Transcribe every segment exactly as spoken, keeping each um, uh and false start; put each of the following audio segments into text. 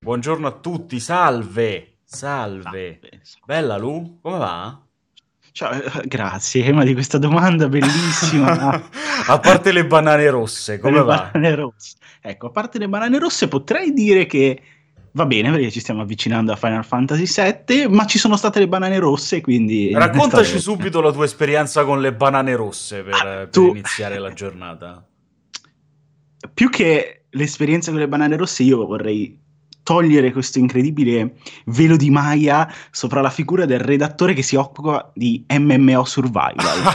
Buongiorno a tutti, salve, salve. Salve, salve. Bella Lu, come va? Ciao, eh, grazie, ma di questa domanda bellissima A parte le banane rosse, come delle va? banane rosse. Ecco, a parte le banane rosse, potrei dire che va bene perché ci stiamo avvicinando a Final Fantasy sette, ma ci sono state le banane rosse, quindi sta Raccontaci bene. subito la tua esperienza con le banane rosse Ah, per, per tu, iniziare la giornata. più che l'esperienza con le banane rosse, io vorrei togliere questo incredibile velo di Maya sopra la figura del redattore che si occupa di M M O Survival.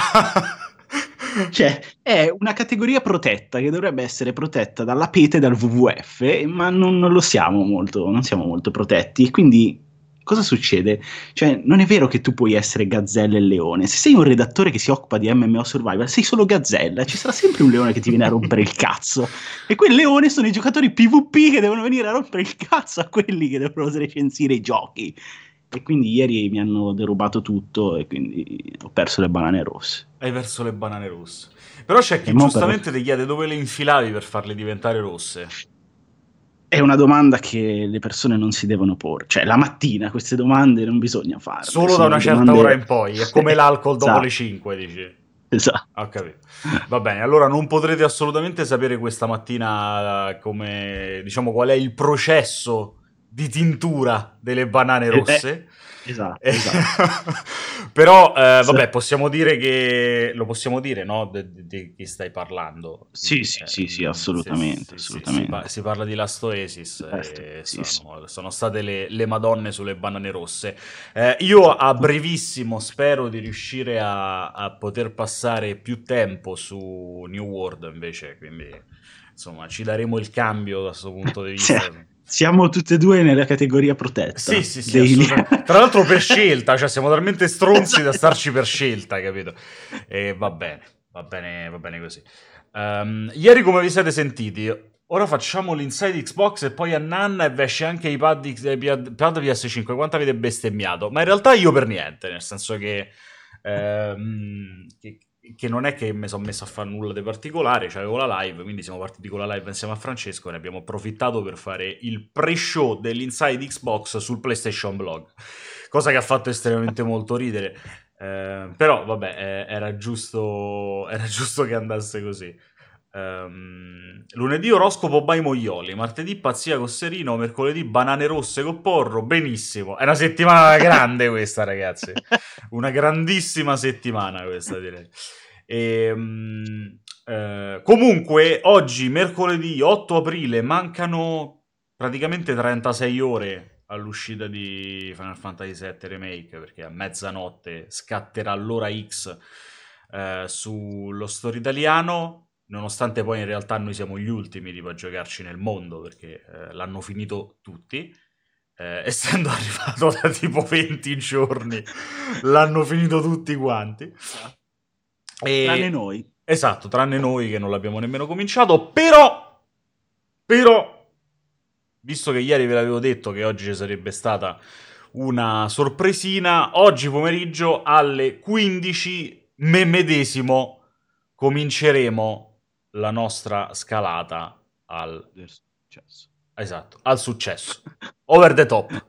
Cioè, è una categoria protetta che dovrebbe essere protetta dalla PETA e dal W W F, ma non, non lo siamo molto, non siamo molto protetti. Quindi, cosa succede? Cioè, non è vero che tu puoi essere gazzella e leone. Se sei un redattore che si occupa di M M O Survival, sei solo gazzella. Ci sarà sempre un leone che ti viene a rompere il cazzo. E quel leone sono i giocatori PvP che devono venire a rompere il cazzo a quelli che devono recensire i giochi. E quindi ieri mi hanno derubato tutto e quindi ho perso le banane rosse. Hai perso le banane rosse. Però c'è E chi mo per... giustamente ti chiede dove le infilavi per farle diventare rosse. È una domanda che le persone non si devono porre. Cioè, la mattina queste domande non bisogna farle, Solo da sono una certa ora domande... in poi, è come l'alcol dopo le Esatto, cinque, dici. esatto. Ho capito. Va bene, allora non potrete assolutamente sapere questa mattina eh, come, diciamo, qual è il processo di tintura delle banane Eh, eh, rosse. Eh, esatto, esatto. Però, eh, S- vabbè, possiamo dire che... Lo possiamo dire, no? De- de- Di chi stai parlando. Sì, Quindi, sì, sì, sì, ehm, sì, assolutamente, sì, sì, si, pa- assolutamente. si parla di Last Oasis Questo, e sì, sì. sono, sono state le, le madonne sulle banane rosse. Eh, io a brevissimo spero di riuscire a, a poter passare più tempo su New World invece, quindi insomma ci daremo il cambio da questo punto di Sì, vista. siamo tutte e due nella categoria Sì, protetta sì, sì, dei... assolutamente. Tra l'altro per scelta, cioè siamo talmente stronzi da starci per scelta, capito? E va bene, va bene, va bene così. Ehm, ieri come vi siete sentiti? Ora facciamo l'inside Xbox e poi a Nanna e esce anche i pad, X- eh, pad P S cinque. Quanto avete bestemmiato? Ma in realtà io per niente, nel senso che, ehm, che, che non è che mi sono messo a fare nulla di particolare, c'avevo la live, quindi siamo partiti con la live insieme a Francesco e ne abbiamo approfittato per fare il pre-show dell'Inside Xbox sul PlayStation Blog, cosa che ha fatto estremamente molto ridere. Eh, però vabbè, eh, era giusto, era giusto che andasse così. Ehm, lunedì oroscopo by Moioli, martedì pazzia con Serino, mercoledì banane rosse con Porro, benissimo. È una settimana grande questa, ragazzi. Una grandissima settimana questa, direi. Ehm, eh, comunque, oggi, mercoledì otto aprile, mancano praticamente trentasei ore all'uscita di Final Fantasy sette Remake, perché a mezzanotte scatterà l'ora X eh, sullo store italiano, nonostante poi in realtà noi siamo gli ultimi tipo, a giocarci nel mondo, perché eh, l'hanno finito tutti. Eh, essendo arrivato da tipo venti giorni, l'hanno finito tutti quanti. Tranne E, noi. esatto, tranne noi che non l'abbiamo nemmeno cominciato, però, però, visto che ieri ve l'avevo detto che oggi ci sarebbe stata una sorpresina, oggi pomeriggio alle quindici me medesimo cominceremo la nostra scalata al, Del successo. esatto, al successo. Over the top.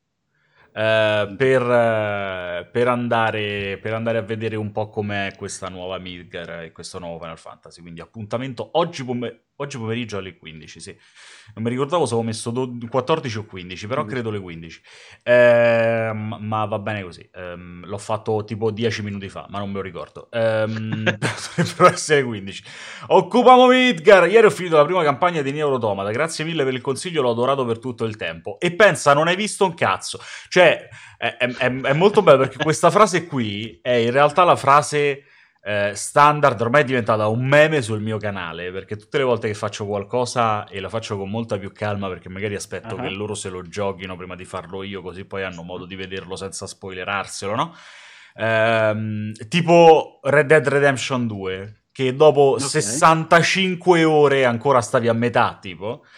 Eh, Quindi, per, eh, per andare, per andare a vedere un po' com'è questa nuova Midgar e questo nuovo Final Fantasy. Quindi appuntamento oggi, pome- oggi pomeriggio alle quindici, sì. Non mi ricordavo se avevo messo do- quattordici o quindici, però credo le quindici. Ehm, ma va bene così. Ehm, l'ho fatto tipo dieci minuti fa, ma non me lo ricordo. Ehm, dovrebbero essere quindici. Occupamo Midgar! Ieri ho finito la prima campagna di Nier Automata. Grazie mille per il consiglio, l'ho adorato per tutto il tempo. E pensa, non hai visto un cazzo. Cioè, è, è- è- è molto bello perché questa frase qui è in realtà la frase eh, standard, ormai è diventata un meme sul mio canale, perché tutte le volte che faccio qualcosa e la faccio con molta più calma, perché magari aspetto che ah, loro se lo giochino prima di farlo io, così poi hanno modo di vederlo senza spoilerarselo, no? Ehm, tipo Red Dead Redemption due, che dopo ok. sessantacinque ore ancora stavi a metà, tipo.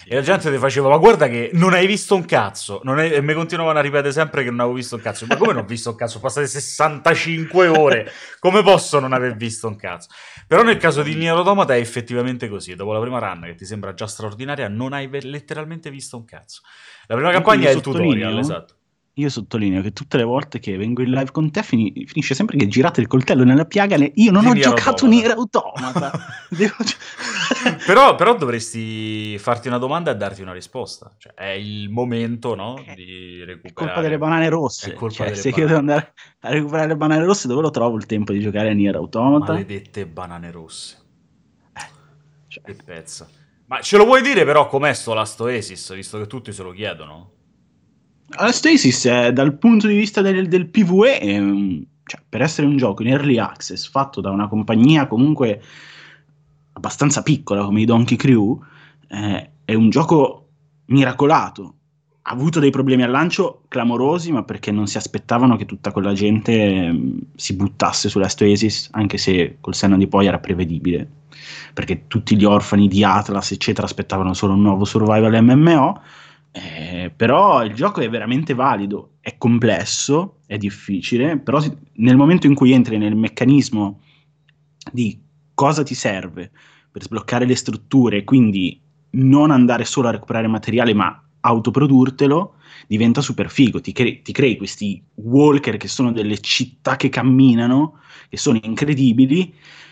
E la gente ti faceva, ma guarda che non hai visto un cazzo. Non hai... E mi continuavano a ripetere sempre che non avevo visto un cazzo. Ma come non ho visto un cazzo? Sono passate sessantacinque ore. Come posso non aver visto un cazzo? Però nel caso di Nier Automata è effettivamente così. Dopo la prima run, che ti sembra già straordinaria, non hai ve- letteralmente visto un cazzo. La prima campagna è il tutorial, esatto. Io sottolineo che tutte le volte che vengo in live con te fini- finisce sempre che girate il coltello nella piaga. Ne- io non Di ho Nier giocato Automata. Nier Automata. Devo... però, però dovresti farti una domanda e darti una risposta. Cioè, è il momento, no? Di recuperare. È colpa delle banane rosse. È colpa cioè, delle se banane. io devo andare a recuperare le banane rosse, dove lo trovo il tempo di giocare a Nier Automata? Maledette banane rosse. Eh, cioè. Che pezza. Ma ce lo vuoi dire però com'è sto Last Oasis, visto che tutti se lo chiedono? Allora, Stasis, eh, dal punto di vista del, del PvE, ehm, cioè, per essere un gioco in early access fatto da una compagnia comunque abbastanza piccola come i Donkey Crew, eh, è un gioco miracolato. Ha avuto dei problemi al lancio clamorosi, ma perché non si aspettavano che tutta quella gente ehm, si buttasse sulla Stasis, anche se col senno di poi era prevedibile, perché tutti gli orfani di Atlas, eccetera, aspettavano solo un nuovo survival M M O. Eh, però il gioco è veramente valido, è complesso, è difficile, però si- nel momento in cui entri nel meccanismo di cosa ti serve per sbloccare le strutture, quindi non andare solo a recuperare materiale, ma autoprodurtelo, diventa super figo. Ti, cre- ti crei questi walker che sono delle città che camminano, che sono incredibili.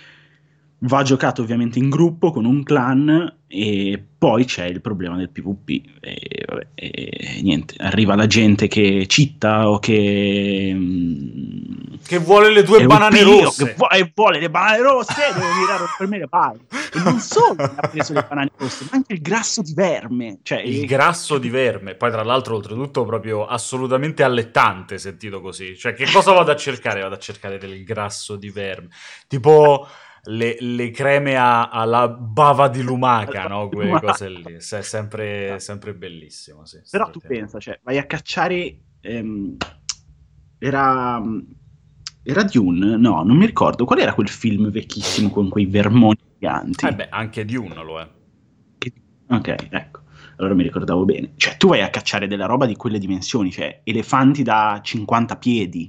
Va giocato ovviamente in gruppo con un clan e poi c'è il problema del PvP e, vabbè, e niente, arriva la gente che cheata o che mm, Che vuole le tue è banane U P, o rosse. che vu- e vuole le banane rosse, deve venire a rompermi le palle. E non solo mi ha preso le banane rosse, ma anche il grasso di verme, cioè, Il eh, grasso cioè, di verme, poi tra l'altro oltretutto proprio assolutamente allettante sentito così. Cioè che cosa vado a cercare? Vado a cercare del grasso di verme. Tipo le, le creme a- alla bava di lumaca, no? Quelle cose lì. Se- sempre, sempre bellissimo, sì. Però tu straordinario. pensa, cioè, vai a cacciare. ehm, era. Era Dune? No, non mi ricordo. Qual era quel film vecchissimo con quei vermoni giganti? Eh beh, anche Dune lo è. Che- Ok, ecco. Allora mi ricordavo bene. Cioè, tu vai a cacciare della roba di quelle dimensioni, cioè elefanti da cinquanta piedi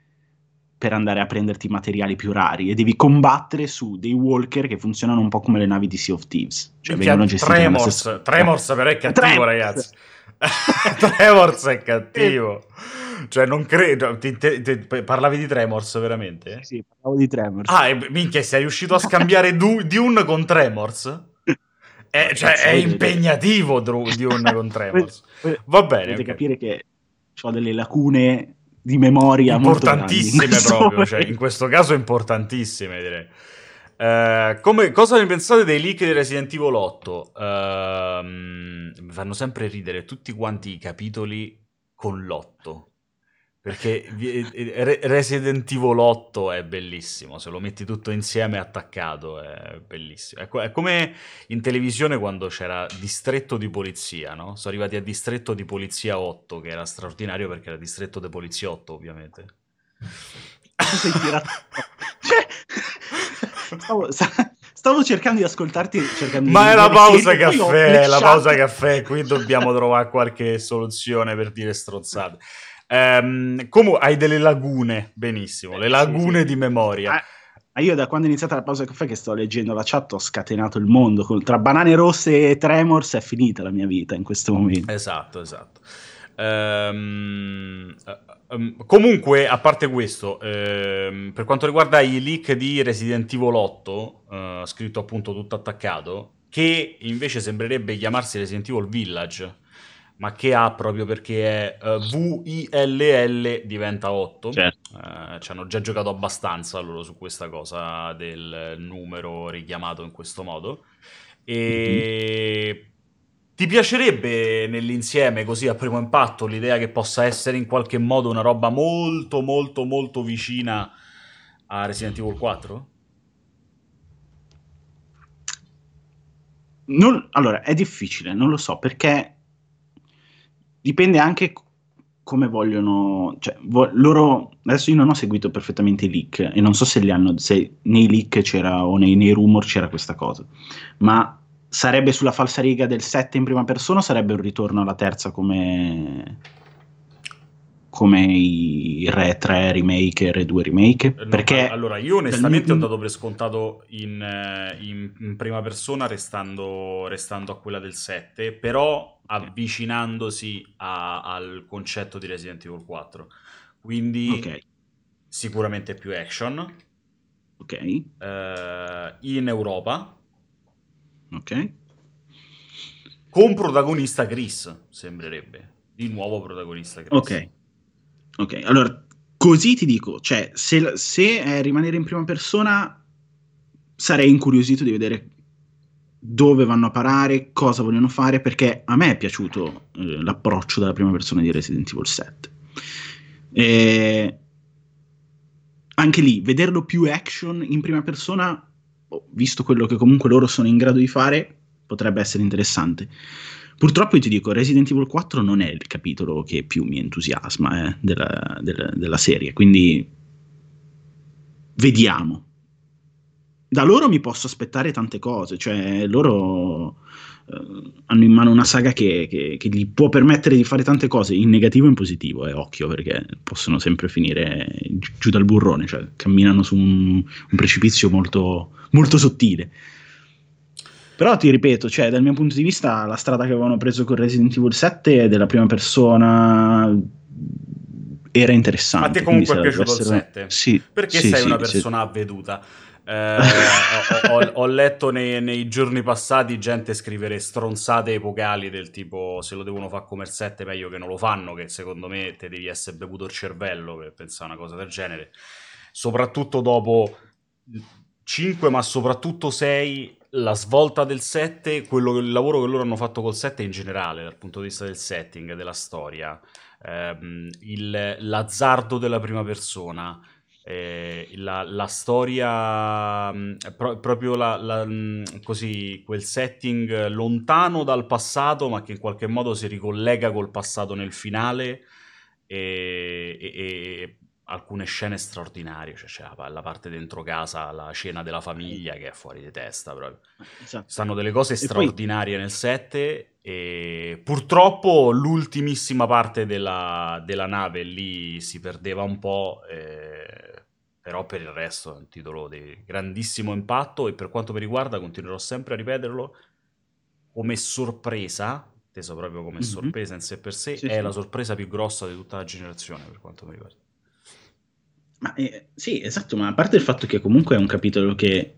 per andare a prenderti i materiali più rari e devi combattere su dei walker che funzionano un po' come le navi di Sea of Thieves. Cioè, Minchia, vengono gestiti nella Tremors. stessa. Tremors però è cattivo, Tremors! ragazzi. Tremors è cattivo. Cioè, non credo. Ti- ti- ti- parlavi di Tremors, veramente? Sì, sì, parlavo di Tremors. Ah, e, minchia, sei riuscito a scambiare Du- Dune con Tremors? È, No, cioè, ragazzi, è voi dovete- impegnativo Dru- Dune con Tremors. voi- voi Va bene, dovete ok. capire che ho delle lacune di memoria molto grandi. in Importantissime questo proprio, cioè, momento. in questo caso importantissime, direi. Eh, come, cosa ne pensate dei leak di Resident Evil otto? Ehm, mi fanno sempre ridere tutti quanti i capitoli con l'otto. Perché vi- eh, Re- Resident Evil otto è bellissimo, se lo metti tutto insieme attaccato è bellissimo. È, co- è come in televisione quando c'era Distretto di Polizia, no? Sono arrivati a Distretto di Polizia otto, che era straordinario perché era Distretto di Poliziotto, ovviamente. Tu sei tirato. Cioè, stavo, sta- stavo cercando di ascoltarti. Cercando Ma di è la vedere pausa serie, poi ho caffè, la flashato. pausa caffè, qui dobbiamo trovare qualche soluzione per dire stronzate. Ehm, come hai delle lagune, benissimo, le Eh, sì, lagune sì. di memoria. Ah, ah, io da quando è iniziata la pausa caffè che sto leggendo la chat ho scatenato il mondo. Con- tra banane rosse e Tremors è finita la mia vita in questo momento. Esatto, esatto. Ehm, eh, ehm, comunque, a parte questo, ehm, per quanto riguarda i leak di Resident Evil otto, eh, scritto appunto tutto attaccato, che invece sembrerebbe chiamarsi Resident Evil Village, ma che ha proprio perché è eh, V I L L diventa otto. Certo. Eh, ci hanno già giocato abbastanza loro su questa cosa del numero richiamato in questo modo. E ti piacerebbe nell'insieme, così a primo impatto, l'idea che possa essere in qualche modo una roba molto, molto, molto vicina a Resident Evil quattro? Non- allora, è difficile, non lo so, perché dipende anche c- come vogliono, cioè, vo- loro, adesso io non ho seguito perfettamente i leak e non so se li hanno, se nei leak c'era o nei, nei rumor c'era questa cosa, ma sarebbe sulla falsariga del sette in prima persona o sarebbe un ritorno alla terza come, come i Re tre remake e Re due remake? No, Perché allora, io onestamente mio... ho dato per scontato in, in, in prima persona restando, restando a quella del sette, però Okay. avvicinandosi a- al concetto di Resident Evil quattro. Ok, Quindi sicuramente più action, ok, eh, in Europa, ok, con protagonista Chris, sembrerebbe. Di nuovo protagonista Chris. ok, ok. Allora, così ti dico, cioè, se, se è rimanere in prima persona, sarei incuriosito di vedere dove vanno a parare, cosa vogliono fare, perché a me è piaciuto eh, l'approccio della prima persona di Resident Evil sette. E anche lì, vederlo più action in prima persona, oh, visto quello che comunque loro sono in grado di fare, potrebbe essere interessante. Purtroppo io ti dico, Resident Evil quattro non è il capitolo che più mi entusiasma eh, della, della, della serie, quindi vediamo. Da loro mi posso aspettare tante cose, cioè loro eh, hanno in mano una saga che, che- che gli può permettere di fare tante cose in negativo e in positivo, e occhio perché possono sempre finire gi- giù dal burrone, cioè camminano su un, un precipizio molto, molto sottile. Però ti ripeto, cioè, dal mio punto di vista, la strada che avevano preso con Resident Evil sette della prima persona era A te interessante, quindi comunque se è la piaciuto il dovessero... sette? Sì, Perché sì, sei sì, una sì. persona avveduta. Eh, ho, ho- ho letto nei, nei giorni passati gente scrivere stronzate epocali del tipo se lo devono fare come il sette meglio che non lo fanno, che secondo me te devi essere bevuto il cervello per pensare una cosa del genere. Soprattutto dopo cinque, ma soprattutto sei, la svolta del sette, quello, il lavoro che loro hanno fatto col sette in generale, dal punto di vista del setting, della storia, ehm, il- l'azzardo della prima persona, eh, la, la storia, mh, pro- proprio la, la- mh, così, quel setting lontano dal passato, ma che in qualche modo si ricollega col passato nel finale, e, e- e alcune scene straordinarie, cioè c'è la, la parte dentro casa, la cena della famiglia che è fuori di testa proprio. Esatto. Stanno delle cose E poi straordinarie nel sette e purtroppo l'ultimissima parte della, della nave lì si perdeva un po', eh, però per il resto è un titolo di grandissimo impatto e per quanto mi riguarda continuerò sempre a ripeterlo come sorpresa, inteso proprio come mhm. sorpresa in sé per sé, Sì, è sì. la sorpresa più grossa di tutta la generazione per quanto mi riguarda. Ma, eh, sì, esatto, ma a parte il fatto che comunque è un capitolo che,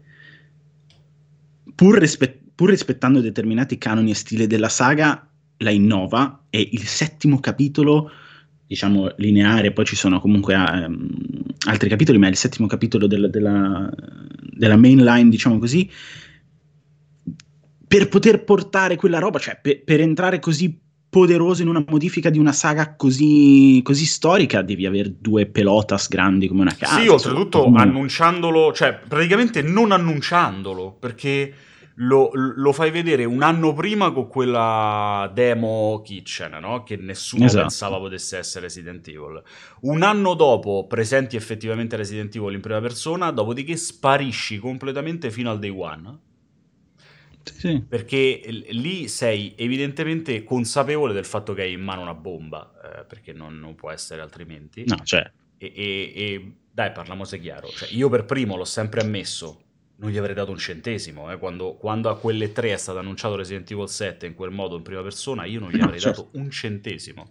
pur, rispe- pur rispettando determinati canoni e stile della saga, la innova, e il settimo capitolo, diciamo, lineare, poi ci sono comunque ehm, altri capitoli, ma è il settimo capitolo del- della, della main line, diciamo così, per poter portare quella roba, cioè per, per entrare così poderoso in una modifica di una saga così, così storica, devi avere due pelotas grandi come una Sì, casa, insomma, oltretutto comunque. annunciandolo, cioè praticamente non annunciandolo, perché lo, lo fai vedere un anno prima con quella demo Kitchen, no? Che nessuno pensava Esatto. potesse essere Resident Evil. Un anno dopo presenti effettivamente Resident Evil in prima persona, dopodiché sparisci completamente fino al day one. Sì, sì. Perché l- lì sei evidentemente consapevole del fatto che hai in mano una bomba, eh, perché non, non può essere altrimenti. No, cioè, E, e- e, dai, parliamoci chiaro, cioè, io per primo l'ho sempre ammesso, non gli avrei dato un centesimo, eh, quando, quando a quelle tre è stato annunciato Resident Evil sette in quel modo in prima persona, io non gli no, avrei certo. dato un centesimo.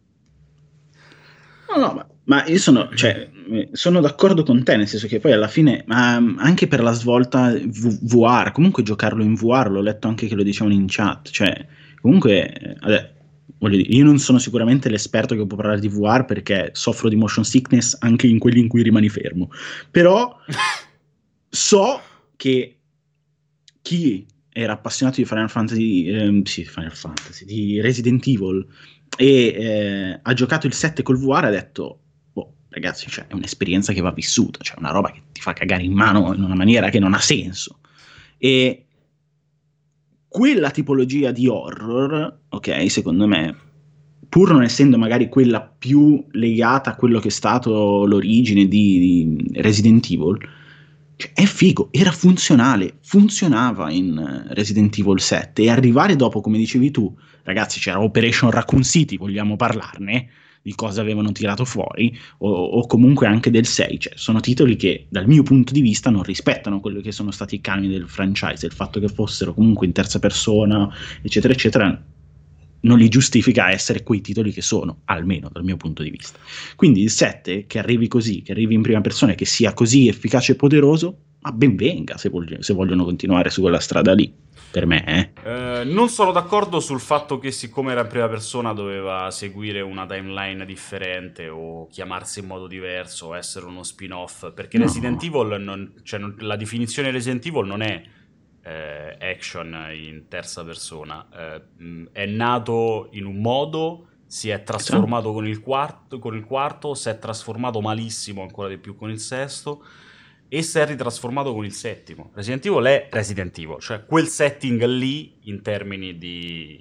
No, no, ma, ma io sono, cioè, eh, sono d'accordo con te, nel senso che poi alla fine, ma mm, anche per la svolta V- VR, comunque giocarlo in V R, l'ho letto anche che lo dicevano in chat, cioè, comunque, eh, vabbè, voglio dire, io non sono sicuramente l'esperto che può parlare di V R perché soffro di motion sickness anche in quelli in cui rimani fermo, però so che chi era appassionato di Final Fantasy, ehm, sì, Final Fantasy, di Resident Evil e eh, ha giocato il sette col V R ha detto, boh, ragazzi, cioè, è un'esperienza che va vissuta, cioè una roba che ti fa cagare in mano in una maniera che non ha senso. E quella tipologia di horror, ok, secondo me, pur non essendo magari quella più legata a quello che è stato l'origine di, di Resident Evil, Cioè, è figo, era funzionale, funzionava in eh, Resident Evil sette e arrivare dopo, come dicevi tu, ragazzi, c'era Operation Raccoon City, vogliamo parlarne di cosa avevano tirato fuori, o, o comunque anche del sei, cioè sono titoli che dal mio punto di vista non rispettano quello che sono stati i canoni del franchise, il fatto che fossero comunque in terza persona, eccetera, eccetera, non li giustifica essere quei titoli che sono, almeno dal mio punto di vista. Quindi il sette, che arrivi così, che arrivi in prima persona e che sia così efficace e poderoso, ma ben venga se, voglio, se vogliono continuare su quella strada lì, per me. Eh. Eh, non sono d'accordo sul fatto che siccome era in prima persona doveva seguire una timeline differente o chiamarsi in modo diverso o essere uno spin-off, perché No. Resident Evil, non, cioè non- la definizione Resident Evil non è eh, action in terza persona, eh, mh, è nato in un modo, si è trasformato con il quarto, con il quarto, si è trasformato malissimo ancora di più con il sesto e si è ritrasformato con il settimo. Resident Evil è Resident Evil, cioè quel setting lì in termini di,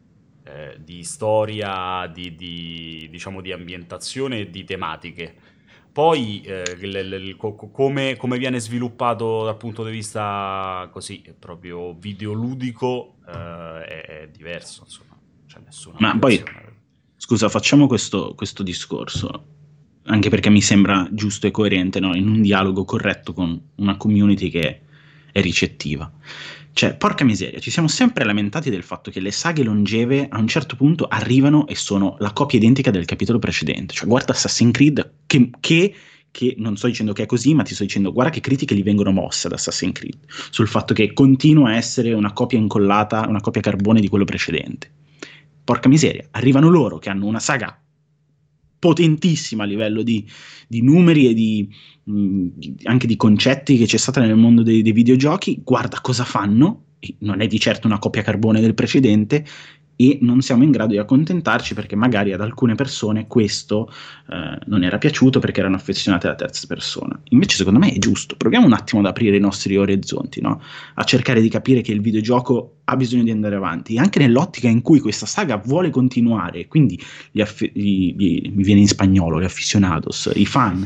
eh, di storia, di, di, diciamo di ambientazione e di tematiche. Poi eh, il- il- il- co- co- come, come viene sviluppato dal punto di vista così proprio videoludico eh, è, è diverso, insomma, non c'è nessuna Ma poi, motivazione. scusa, facciamo questo, questo discorso, anche perché mi sembra giusto e coerente, no? In un dialogo corretto con una community che è ricettiva. Cioè, porca miseria, ci siamo sempre lamentati del fatto che le saghe longeve a un certo punto arrivano e sono la copia identica del capitolo precedente. Cioè, guarda Assassin's Creed, che, che, che non sto dicendo che è così, ma ti sto dicendo, guarda che critiche gli vengono mosse ad Assassin's Creed, sul fatto che continua a essere una copia incollata, una copia carbone di quello precedente. Porca miseria, arrivano loro che hanno una saga potentissima a livello di, di numeri e di, mh, di- anche di concetti che c'è stata nel mondo dei, dei videogiochi, guarda cosa fanno, e non è di certo una copia carbone del precedente, e non siamo in grado di accontentarci perché magari ad alcune persone questo eh, non era piaciuto perché erano affezionate alla terza persona. Invece secondo me è giusto, proviamo un attimo ad aprire i nostri orizzonti, no? A cercare di capire che il videogioco ha bisogno di andare avanti, anche nell'ottica in cui questa saga vuole continuare, quindi gli aff- gli- gli- mi viene in spagnolo, gli aficionados, i fan,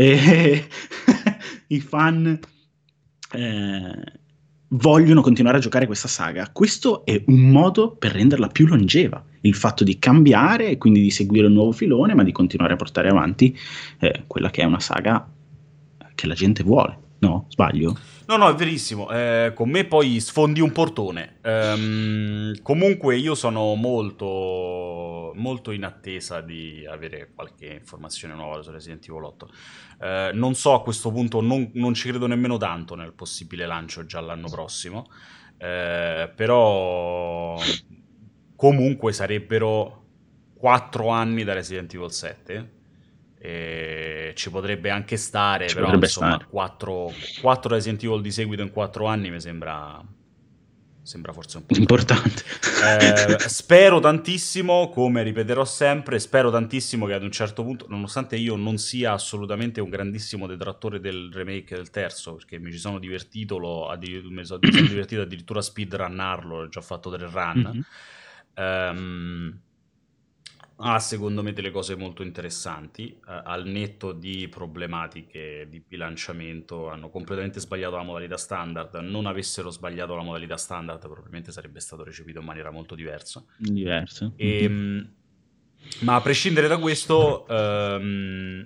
eh, i fan eh, vogliono continuare a giocare questa saga. Questo è un modo per renderla più longeva, il fatto di cambiare e quindi di seguire un nuovo filone, ma di continuare a portare avanti eh, quella che è una saga che la gente vuole. No? Sbaglio? No, no, è verissimo. Eh, con me poi sfondi un portone. Ehm, comunque io sono molto, molto in attesa di avere qualche informazione nuova su Resident Evil otto. Eh, non so a questo punto, non, non ci credo nemmeno tanto nel possibile lancio già l'anno prossimo. Eh, però comunque sarebbero quattro anni da Resident Evil sette. E ci potrebbe anche stare, Ci però potrebbe insomma, stare. quattro Resident Evil di seguito in quattro anni mi sembra, sembra forse un po' troppo. Importante. Eh, spero tantissimo, come ripeterò sempre, spero tantissimo che ad un certo punto, nonostante io non sia assolutamente un grandissimo detrattore del remake del terzo, perché mi ci sono divertito, l'ho addir- mi so- mi sono divertito addirittura a speedrunnarlo, ho già fatto tre run. Mhm. Ehm, ha secondo me delle cose molto interessanti, eh, al netto di problematiche di bilanciamento, hanno completamente sbagliato la modalità standard, non avessero sbagliato la modalità standard probabilmente sarebbe stato recepito in maniera molto diversa. Diverso. E, Mhm. mh, ma a prescindere da questo, ehm,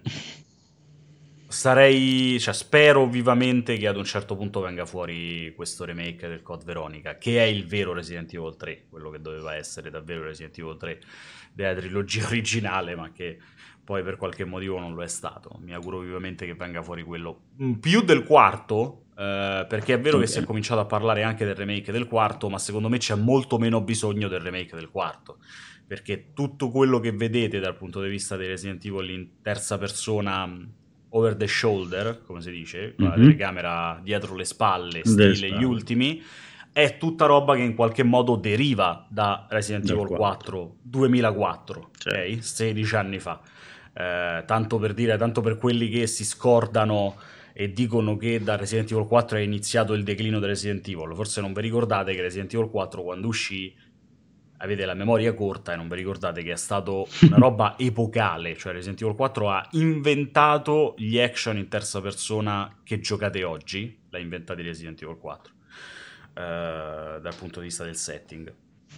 sarei, cioè, spero vivamente che ad un certo punto venga fuori questo remake del Code Veronica, che è il vero Resident Evil tre, quello che doveva essere davvero Resident Evil tre della trilogia originale, ma che poi per qualche motivo non lo è stato. Mi auguro vivamente che venga fuori quello. Mm, più del quarto, eh, perché è vero che si è Ok. cominciato a parlare anche del remake del quarto, ma secondo me c'è molto meno bisogno del remake del quarto, perché tutto quello che vedete dal punto di vista dei Resident Evil in terza persona mh, over the shoulder, come si dice, con la Mhm. telecamera dietro le spalle, Delle stile gli spalle. ultimi, è tutta roba che in qualche modo deriva da Resident Dal Evil quattro. quattro duemilaquattro, Certo. ok? sedici anni fa. Eh, tanto per dire, tanto per quelli che si scordano e dicono che da Resident Evil quattro è iniziato il declino di Resident Evil. Forse non vi ricordate che Resident Evil quattro quando uscì avete la memoria corta e non vi ricordate che è stato una roba epocale, cioè Resident Evil quattro ha inventato gli action in terza persona che giocate oggi, l'ha inventati Resident Evil quattro, eh, dal punto di vista del setting.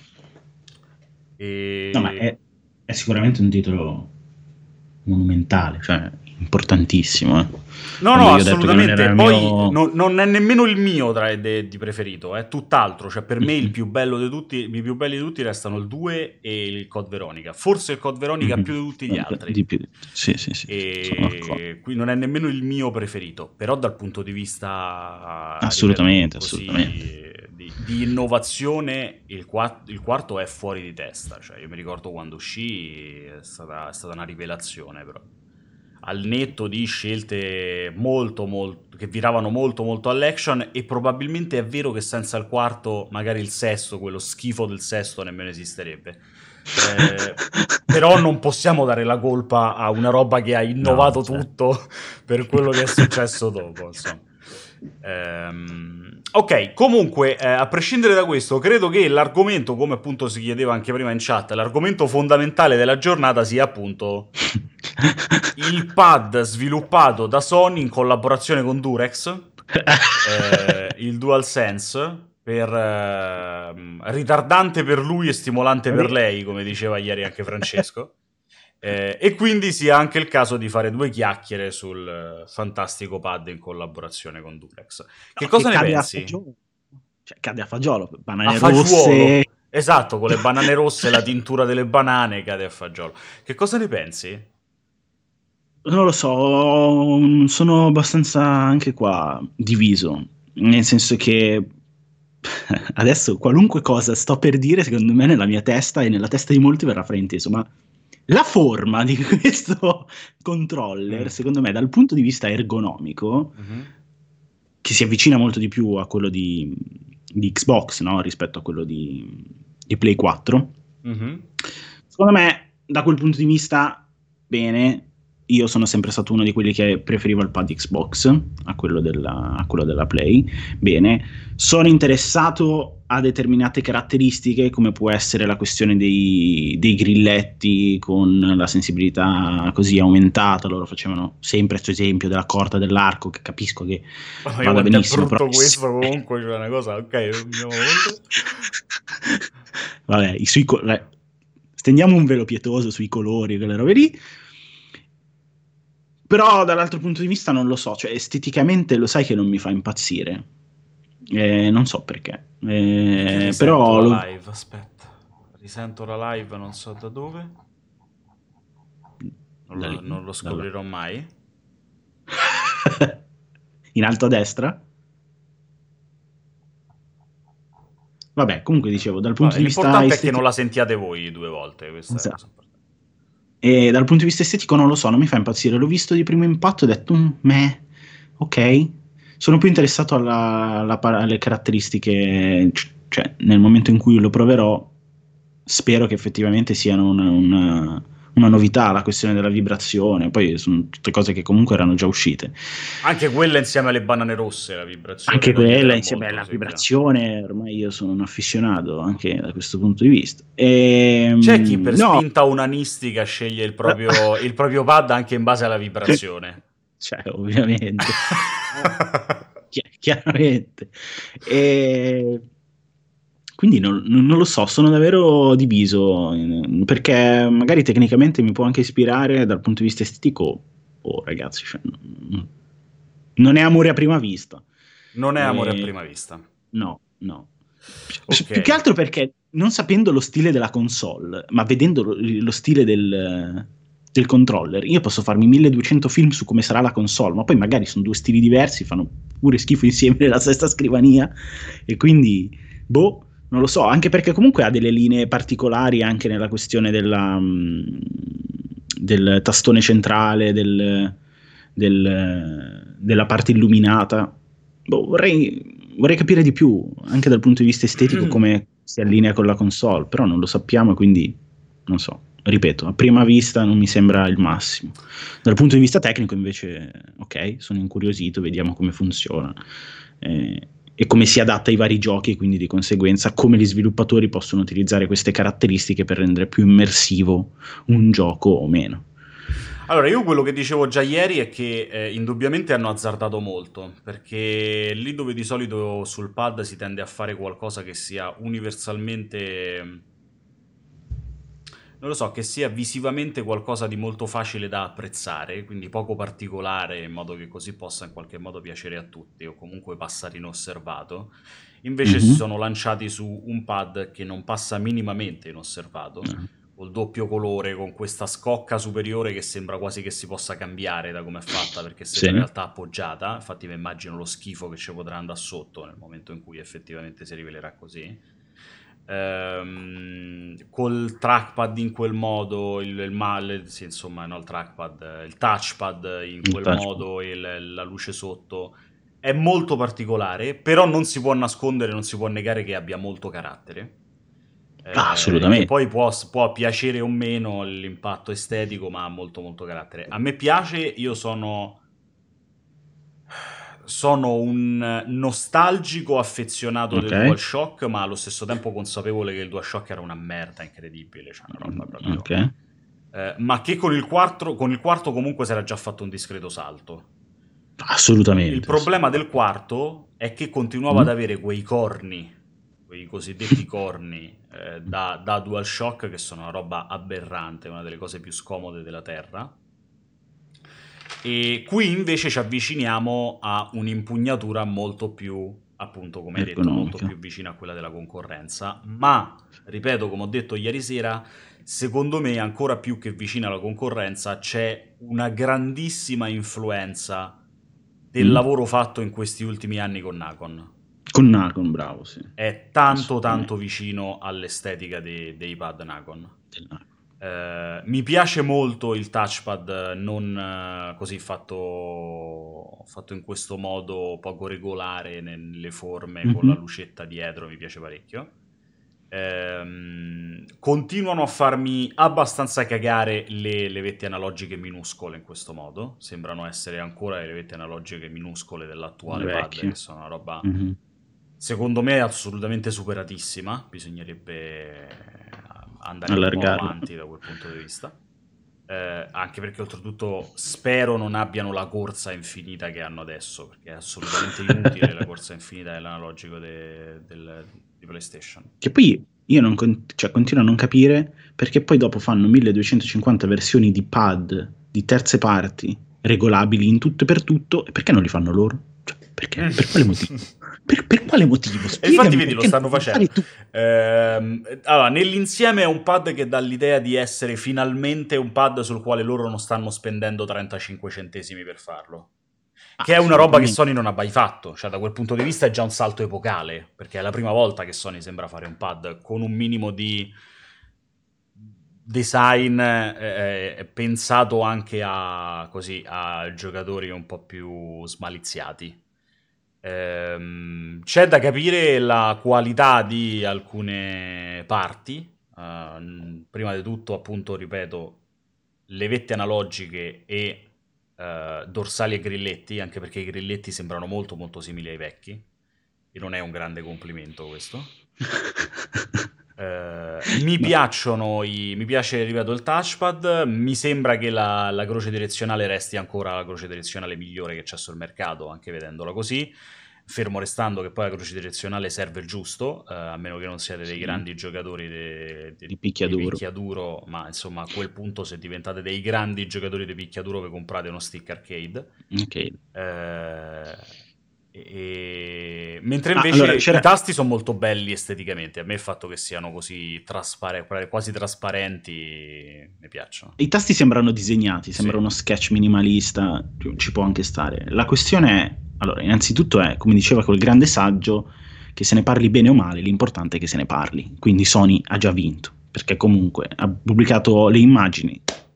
E... No, ma è, è sicuramente un titolo monumentale, cioè importantissimo. Eh. No, Quando no, io ho detto che non era assolutamente. il Poi mio... no- non è nemmeno il mio tra de- di preferito, è tutt'altro. Cioè, per me il Mhm, più bello di tutti, i più belli di tutti restano il due e il Code Veronica. Forse il Code Veronica mhm. più di tutti gli Vabbè, altri. di più. Sì, sì, sì, sono d'accordo. E qui non è nemmeno il mio preferito, però dal punto di vista, ripeto, Assolutamente, assolutamente. così di, di innovazione, il, qua- il quarto è fuori di testa. Cioè, io mi ricordo quando uscì, è stata, è stata una rivelazione, però. Al netto di scelte molto, molto, che viravano molto, molto all'action, e probabilmente è vero che senza il quarto, magari il sesto, quello schifo del sesto, nemmeno esisterebbe. Eh, però non possiamo dare la colpa a una roba che ha No, innovato cioè. tutto per quello che è successo dopo, insomma. Ehm, ok, comunque, eh, a prescindere da questo, credo che l'argomento, come appunto si chiedeva anche prima in chat, l'argomento fondamentale della giornata sia appunto il pad sviluppato da Sony in collaborazione con Durex, eh, il DualSense, per eh, ritardante per lui e stimolante per lei, come diceva ieri anche Francesco. Eh, e quindi sia anche il caso di fare due chiacchiere sul eh, fantastico pad in collaborazione con Durex. Che No, cosa che ne cade a pensi? fagiolo. Cioè, cade a fagiolo, A banane rosse. fagiolo, esatto, con le banane rosse, la tintura delle banane cade a fagiolo. Che cosa ne pensi? Non lo so, sono abbastanza anche qua diviso, nel senso che adesso qualunque cosa sto per dire, secondo me nella mia testa e nella testa di molti verrà frainteso, ma la forma di questo controller, Mm. secondo me, dal punto di vista ergonomico, Mhm. che si avvicina molto di più a quello di, di Xbox, no? Rispetto a quello di, di Play quattro, Mhm. secondo me, da quel punto di vista, bene. Io sono sempre stato uno di quelli che preferiva il pad Xbox a quello della, a quello della Play. Bene, sono interessato a determinate caratteristiche, come può essere la questione dei, dei grilletti con la sensibilità così aumentata. Loro facevano sempre questo esempio della corda dell'arco, che capisco che Mamma mia, vada quanto è benissimo, però brutto questo comunque, cioè una cosa, ok, andiamo avanti. vabbè, i sui co- eh, stendiamo un velo pietoso sui colori, quelle robe lì. Però dall'altro punto di vista non lo so, cioè esteticamente lo sai che non mi fa impazzire. Eh, non so perché. È che Eh, risento però lo... la live, aspetta. Risento la live, non so da dove. Non da lo, lì, non lo dalla- scoprirò mai. in alto a destra. Vabbè, comunque dicevo, dal punto Vabbè, di vista l'importante è che non estetico, la sentiate voi due volte, questa è la cosa importante. e dal punto di vista estetico non lo so, non mi fa impazzire. L'ho visto di primo impatto e ho detto, "Mm, meh, ok. Sono più interessato alla- alla par- alle caratteristiche, c- cioè nel momento in cui lo proverò, spero che effettivamente siano una, una- una novità, la questione della vibrazione. Poi sono tutte cose che comunque erano già uscite. Anche quella insieme alle banane rosse, la vibrazione Anche lo quella aiuterà insieme molto, alla sì, chiaro. vibrazione, ormai io sono un affascinato anche da questo punto di vista. C'è chi Ehm, per no, spinta unanistica sceglie il proprio, il proprio pad anche in base alla vibrazione. cioè, ovviamente, Chi- chiaramente. E quindi non, non- non lo so, sono davvero diviso, eh, perché magari tecnicamente mi può anche ispirare dal punto di vista estetico. Oh, ragazzi, cioè, non non è amore a prima vista. Non è amore a Eh, prima vista. no, no. S- Ok. Più che altro perché non sapendo lo stile della console, ma vedendo lo, lo stile del, del controller, io posso farmi milleduecento film su come sarà la console, ma poi magari sono due stili diversi, fanno pure schifo insieme nella stessa scrivania, e quindi, boh, non lo so, anche perché comunque ha delle linee particolari anche nella questione della, mh, del tastone centrale, del, del- della parte illuminata. Boh, vorrei, vorrei capire di più, anche dal punto di vista estetico, come si allinea con la console, però non lo sappiamo, quindi non so. Ripeto, a prima vista non mi sembra il massimo. Dal punto di vista tecnico, invece, ok, sono incuriosito, vediamo come funziona. Eh, e come si adatta ai vari giochi, e quindi di conseguenza come gli sviluppatori possono utilizzare queste caratteristiche per rendere più immersivo un gioco o meno. Allora, io quello che dicevo già ieri è che eh, indubbiamente hanno azzardato molto, perché lì dove di solito sul pad si tende a fare qualcosa che sia universalmente, non lo so, che sia visivamente qualcosa di molto facile da apprezzare, quindi poco particolare, in modo che così possa in qualche modo piacere a tutti o comunque passare inosservato. Invece si Mhm. sono lanciati su un pad che non passa minimamente inosservato, col doppio colore, con questa scocca superiore che sembra quasi che si possa cambiare da come è fatta, perché essendo in Sì. realtà appoggiata. Infatti mi immagino lo schifo che ci potrà andare sotto nel momento in cui effettivamente si rivelerà così. Ehm, col trackpad in quel modo, il, il mal, sì, insomma, no, il trackpad, eh, il touchpad in Il quel touch. modo e l- la luce sotto è molto particolare, però non si può nascondere, non si può negare che abbia molto carattere. Ah, Eh, che assolutamente. poi può, può piacere o meno l'impatto estetico, ma ha molto molto carattere. A me piace, io sono sono un nostalgico affezionato Ok. del DualShock, ma allo stesso tempo consapevole che il DualShock era una merda incredibile, cioè una roba proprio. Ok. Eh, ma che con il quarto, con il quarto comunque si era già fatto un discreto salto. Il Assolutamente. problema del assolutamente. quarto è che continuava ad Mm? avere quei corni, quei cosiddetti corni eh, da, da DualShock, che sono una roba aberrante, una delle cose più scomode della Terra. E qui invece ci avviciniamo a un'impugnatura molto più, appunto, come hai detto, molto Ergonomica. più vicina a quella della concorrenza, ma, ripeto, come ho detto ieri sera, secondo me, ancora più che vicina alla concorrenza, c'è una grandissima influenza del Mm? lavoro fatto in questi ultimi anni con Nacon. Con Nacon, bravo, sì. È tanto tanto Assolutamente. vicino all'estetica dei, dei pad Nacon. Del Nacon. Eh, mi piace molto il touchpad non eh, così fatto, fatto in questo modo poco regolare nelle forme con la Mhm. lucetta dietro, mi piace parecchio. Ehm, continuano a farmi abbastanza cagare le levette analogiche minuscole in questo modo. Sembrano essere ancora le levette analogiche minuscole Le dell'attuale pad, che vecchie. sono una roba Mhm. secondo me assolutamente superatissima. Bisognerebbe andare un po' Allargarla. avanti da quel punto di vista. Eh, anche perché oltretutto spero non abbiano la corsa infinita che hanno adesso, perché è assolutamente inutile la corsa infinita dell'analogico de- del- di PlayStation. Che poi io non con- cioè, continuo a non capire perché poi dopo fanno milleduecentocinquanta versioni di pad di terze parti regolabili in tutto e per tutto, e perché non li fanno loro? Cioè, perché? Per quale motivo? Per, per quale motivo? E infatti, Spiegami vedi, lo perché non stanno li puoi facendo. fare tu. Ehm, allora, nell'insieme è un pad che dà l'idea di essere finalmente un pad sul quale loro non stanno spendendo trentacinque centesimi per farlo. Ah, Che è una roba che assolutamente. Sony non ha mai fatto. Cioè, da quel punto di vista è già un salto epocale, perché è la prima volta che Sony sembra fare un pad con un minimo di design eh, eh, pensato anche a, così, a giocatori un po' più smaliziati. Ehm, c'è da capire la qualità di alcune parti. Uh, prima di tutto, appunto, ripeto, le vette analogiche e uh, dorsali e grilletti, anche perché i grilletti sembrano molto molto simili ai vecchi, e non è un grande complimento questo. Uh, mi No. piacciono i, mi piace, ripeto, il touchpad. Mi sembra che la, la croce direzionale resti ancora la croce direzionale migliore che c'è sul mercato, anche vedendola così. Fermo restando che poi la croce direzionale serve il giusto, uh, a meno che non siate dei Sì, grandi giocatori de, de, di di picchiaduro. picchiaduro, ma insomma a quel punto, se diventate dei grandi giocatori di picchiaduro, vi comprate uno stick arcade. Ok. Eh, e- Mentre Ah, allora invece i c'era. tasti sono molto belli esteticamente. A me il fatto che siano così traspare- quasi trasparenti mi piacciono. I tasti sembrano disegnati, Sì. sembra uno sketch minimalista, ci può anche stare. La questione è, allora, innanzitutto è, come diceva quel grande saggio, che se ne parli bene o male, l'importante è che se ne parli. Quindi Sony ha già vinto, perché comunque ha pubblicato le immagini,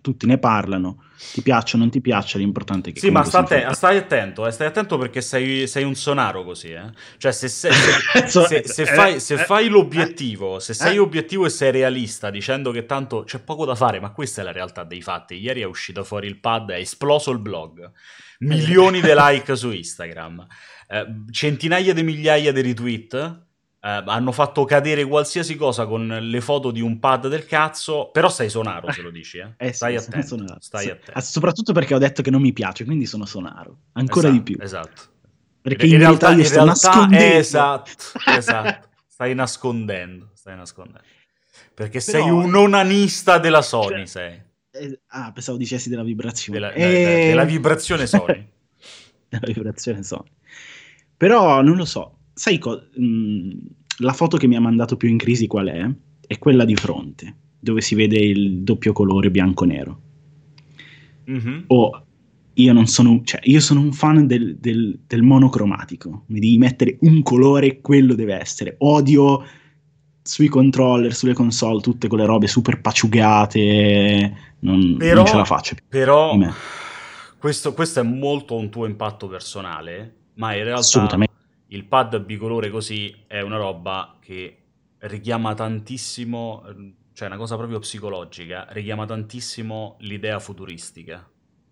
tutti ne parlano, ti piacciono o non ti piacciono, l'importante è che Sì, ma comunque sta sono atte- fatte. stai attento, eh, stai attento perché sei, sei un sonaro così, eh. Cioè, se, se- se- So- se- eh, se eh, fai, se eh, fai eh, l'obiettivo, se sei eh. obiettivo e sei realista dicendo che tanto c'è poco da fare, ma questa è la realtà dei fatti. Ieri è uscito fuori il pad, è esploso il blog, Eh, milioni di like su Instagram, eh, centinaia di migliaia di retweet. Eh, hanno fatto cadere qualsiasi cosa con le foto di un pad del cazzo, però sei sonaro se lo dici, eh. eh Stai sì, sono attento, sonaro. stai So- ah, attento. soprattutto perché ho detto che non mi piace, quindi sono sonaro. Ancora di Esatto, più. esatto. In, Perché in in verità realtà, io in sto realtà, nascondendo. esatto, esatto. Stai nascondendo, stai nascondendo. Perché sei Però... un onanista della Sony, sei. eh, ah, pensavo dicessi della vibrazione. Della, de- de- della E... vibrazione Sony. della vibrazione Sony. Però non lo so. Sai co- mh, la foto che mi ha mandato più in crisi qual è? È quella di fronte, dove si vede il doppio colore bianco-nero. Mhm. O io non sono, cioè, io sono un fan del, del- del monocromatico. Mi devi mettere un colore, quello deve essere. Odio sui controller, sulle console, tutte quelle robe super paciugate. Non, non ce la Però, faccio più di però, me. questo, questo è molto un tuo impatto personale, ma in realtà Assolutamente. il pad bicolore così è una roba che richiama tantissimo, eh, cioè una cosa proprio psicologica, richiama tantissimo l'idea futuristica.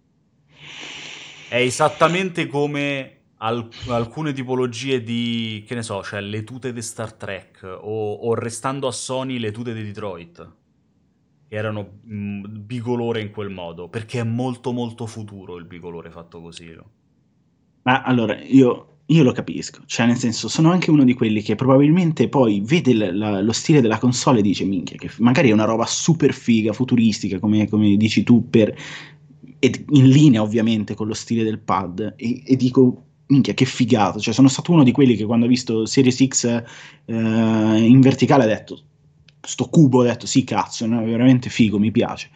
È esattamente come al- alcune tipologie di, che ne so, cioè le tute di Star Trek o, o restando a Sony le tute di Detroit, che erano mh, bicolore in quel modo, perché è molto molto futuro il bicolore fatto così. No? Ma allora, io, io lo capisco, cioè nel senso, sono anche uno di quelli che probabilmente poi vede l- la- lo stile della console e dice, minchia, che f- magari è una roba super figa, futuristica, come, come dici tu, per, ed in linea ovviamente con lo stile del pad, e, e dico, minchia, che figata, cioè sono stato uno di quelli che quando ha visto Series X eh, in verticale ha detto, sto cubo, ha detto, sì, cazzo, no, è veramente figo, mi piace.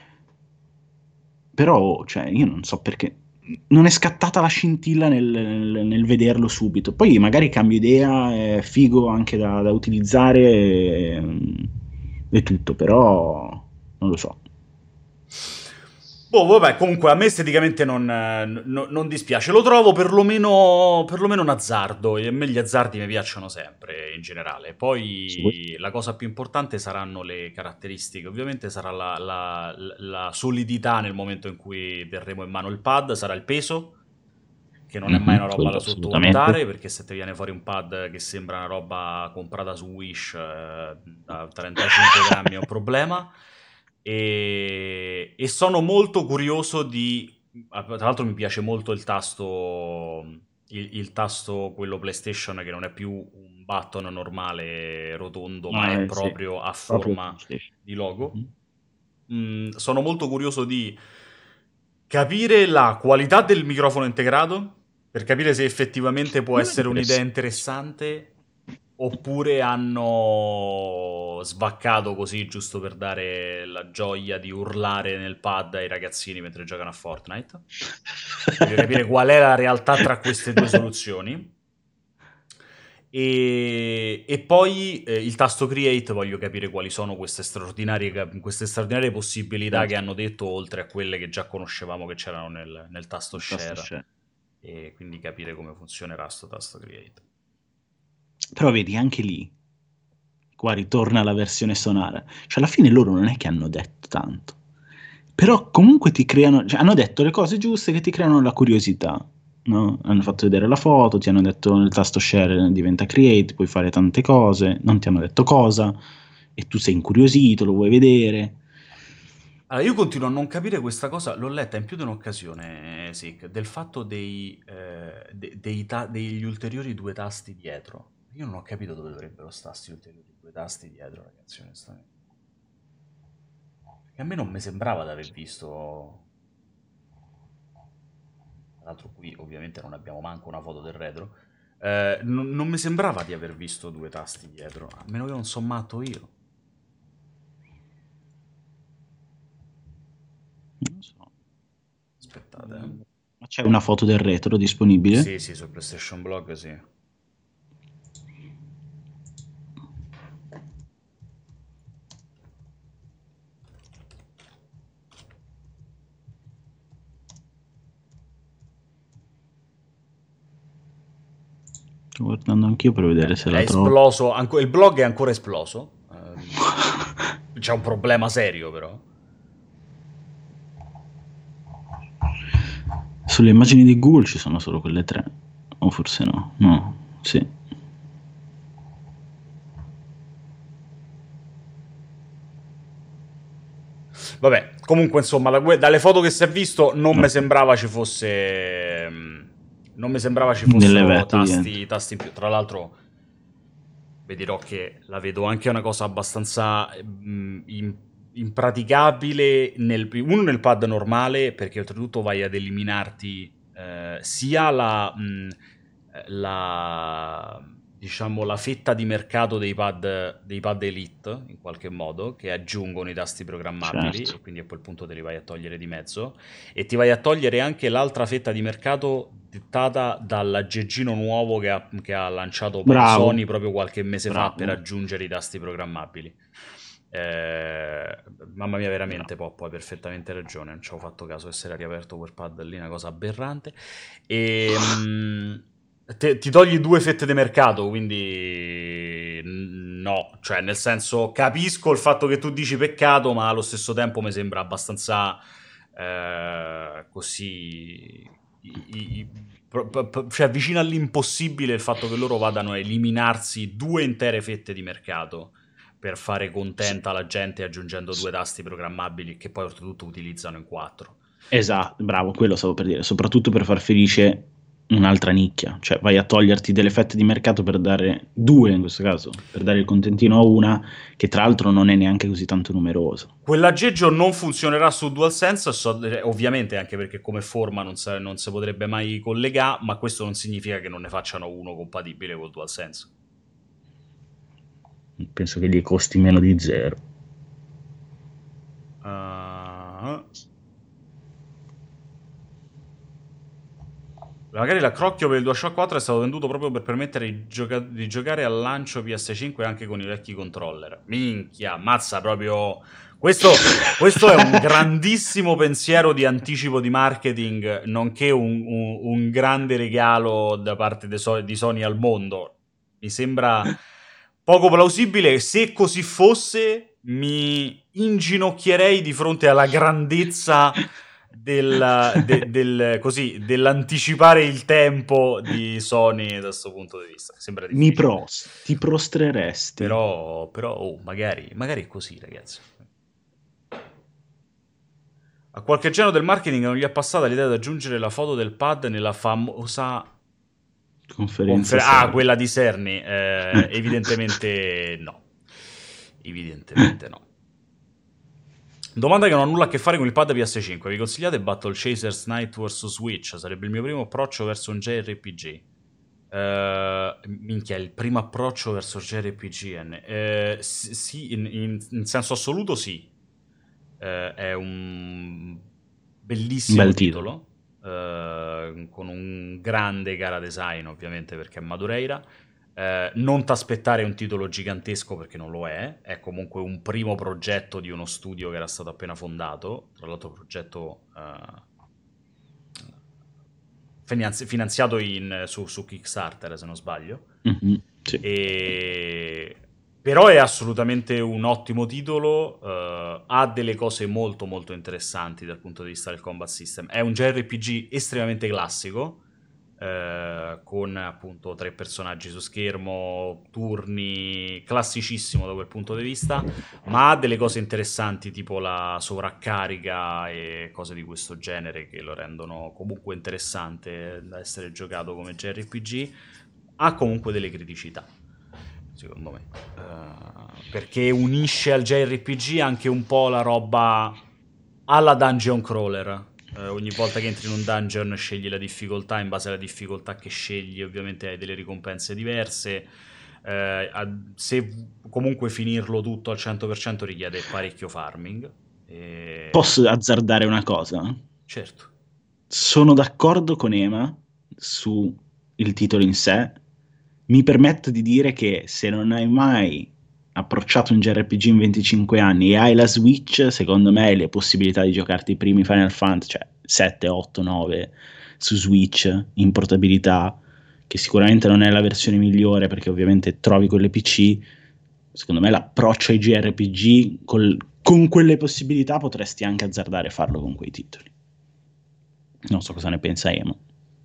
Però, cioè, io non so perché non è scattata la scintilla nel, nel- nel vederlo subito. Poi magari cambio idea, è figo anche da, da utilizzare e, e tutto, però non lo so. Boh, vabbè, comunque a me esteticamente non, eh, no- non dispiace. Lo trovo perlomeno, perlomeno un azzardo. E a me gli azzardi mi piacciono sempre, in generale. Su questo- Poi la cosa più importante saranno le caratteristiche. Ovviamente sarà la, la- la solidità nel momento in cui terremo in mano il pad, sarà il peso, che non è mai Mhm, una roba quello da assolutamente. sottovalutare, perché se ti viene fuori un pad che sembra una roba comprata su Wish eh, da trentacinque grammi è un problema. E, e sono molto curioso di... ah, Tra l'altro mi piace molto il tasto, il, il tasto quello PlayStation che non è più un button normale rotondo, ma è Ah, eh, sì, proprio a proprio forma PlayStation. di logo. Mhm. Mm, sono molto curioso di capire la qualità del microfono integrato per capire se effettivamente può Quello è essere un'idea interessante. interessante oppure hanno svaccato così giusto per dare la gioia di urlare nel pad ai ragazzini mentre giocano a Fortnite. Voglio capire qual è la realtà tra queste due soluzioni. E, e poi eh, il tasto Create, voglio capire quali sono queste straordinarie, cap- queste straordinarie possibilità che Certo, hanno detto, oltre a quelle che già conoscevamo che c'erano nel, nel tasto il tasto Share, share. e quindi capire come funzionerà sto tasto Create. Però vedi, anche lì, qua ritorna la versione sonara. Cioè, alla fine loro non è che hanno detto tanto. Però comunque ti creano, cioè, hanno detto le cose giuste che ti creano la curiosità, no? Hanno fatto vedere la foto, ti hanno detto il tasto share diventa create, puoi fare tante cose, non ti hanno detto cosa, e tu sei incuriosito, lo vuoi vedere. Allora, io continuo a non capire questa cosa, l'ho letta in più di un'occasione, eh, Sick, del fatto dei, eh, de- dei ta- degli ulteriori due tasti dietro. Io non ho capito dove dovrebbero starsi gli ulteriori due tasti dietro, ragazzi, onestamente. Perché a me non mi sembrava di aver visto... Tra l'altro qui ovviamente non abbiamo manco una foto del retro. Eh, non, non mi sembrava di aver visto due tasti dietro, a meno che non so matto io. Non so. Aspettate, eh. Mm, Ma c'è una foto del retro disponibile? Sì, sì, sul PlayStation Blog, sì. Sto guardando anch'io per vedere se È la trovo. esploso, anco- il blog è ancora esploso. Ehm, c'è un problema serio, però. Sulle immagini di Google ci sono solo quelle tre. O forse no. No, sì. Vabbè, comunque, insomma, da que- dalle foto che si è visto, non mi Ok. sembrava ci fosse. mm, Non mi sembrava ci Delle fossero vette dietro. tasti, tasti in più. Tra l'altro, vi dirò che la vedo anche una cosa abbastanza mm, im- impraticabile. Nel, uno nel pad normale, perché oltretutto vai ad eliminarti eh, sia la, mm, eh, la, diciamo, la fetta di mercato dei pad, dei pad Elite, in qualche modo, che aggiungono i tasti programmabili, Certo. e quindi a quel punto te li vai a togliere di mezzo, e ti vai a togliere anche l'altra fetta di mercato dettata dall'aggeggino nuovo che ha, che ha lanciato poi Bravo. Sony proprio qualche mese fa per Bravo. aggiungere i tasti programmabili. Eh, mamma mia, veramente, Bravo. Poppo, hai perfettamente ragione. Non ci ho fatto caso che si era riaperto quel pad lì, una cosa aberrante. E mm, te- ti togli due fette di mercato, quindi n- no, cioè nel senso capisco il fatto che tu dici peccato, ma allo stesso tempo mi sembra abbastanza eh, così, i- i- i- pro- pro- pro- cioè vicino all'impossibile il fatto che loro vadano a eliminarsi due intere fette di mercato per fare Sì. contenta la gente aggiungendo due tasti programmabili che poi oltretutto utilizzano in quattro. Esatto, bravo, quello stavo per dire, soprattutto per far felice un'altra nicchia, cioè vai a toglierti delle fette di mercato per dare due in questo caso, per dare il contentino a una che tra l'altro non è neanche così tanto numerosa. Quell'aggeggio non funzionerà su DualSense, so- eh, ovviamente anche perché come forma non, sa- non si potrebbe mai collegare, ma questo non significa che non ne facciano uno compatibile con DualSense. Penso che gli costi meno di zero. Uh, Magari l'accrocchio per il DualShock quattro è stato venduto proprio per permettere di, gioca- di giocare al lancio P S cinque anche con i vecchi controller. Minchia, mazza proprio. Questo, questo è un grandissimo pensiero di anticipo di marketing, nonché un, un- un grande regalo da parte de So- di Sony al mondo. Mi sembra poco plausibile. Se così fosse, mi inginocchierei di fronte alla grandezza del, de- del- così, dell'anticipare il tempo di Sony da questo punto di vista. Sembra Mi difficile. pros, ti prostreresti. Però, però oh, magari, magari è così, ragazzi. A qualche genio del marketing non gli è passata l'idea di aggiungere la foto del pad nella famosa Conferenza confer- ah, seria. quella di Cerny. Eh, evidentemente no. Evidentemente no. Domanda che non ha nulla a che fare con il pad P S cinque. Vi consigliate Battle Chasers Night versus Switch? Sarebbe il mio primo approccio verso un J R P G. Eh, minchia, il primo approccio verso J R P G. Eh, s- sì, in, in- in senso assoluto sì. Eh, è un Un bellissimo bel titolo. titolo, eh, con un grande gara design, ovviamente, perché è Madureira. Eh, non t'aspettare un titolo gigantesco perché non lo è, è comunque un primo progetto di uno studio che era stato appena fondato, tra l'altro progetto eh, finanzi- finanziato in- su, su Kickstarter se non sbaglio. Mhm, sì. E... Però è assolutamente un ottimo titolo, eh, ha delle cose molto molto interessanti dal punto di vista del combat system. È un J R P G estremamente classico, eh, con appunto tre personaggi su schermo, turni, classicissimo da quel punto di vista, ma ha delle cose interessanti tipo la sovraccarica e cose di questo genere che lo rendono comunque interessante da essere giocato come J R P G. Ha comunque delle criticità, secondo me, uh, perché unisce al J R P G anche un po' la roba alla dungeon crawler. Uh, ogni volta che entri in un dungeon scegli la difficoltà, in base alla difficoltà che scegli ovviamente hai delle ricompense diverse. Uh, se comunque finirlo tutto al cento per cento richiede parecchio farming. E... Posso azzardare una cosa? Certo. Sono d'accordo con Ema su il titolo in sé. Mi permetto di dire che se non hai mai approcciato un J R P G in venticinque anni e hai la Switch, secondo me hai le possibilità di giocarti i primi Final Fantasy, cioè sette, otto, nove su Switch in portabilità, che sicuramente non è la versione migliore perché ovviamente trovi quelle P C, secondo me l'approccio ai J R P G col, con quelle possibilità potresti anche azzardare a farlo con quei titoli. Non so cosa ne pensa Emo.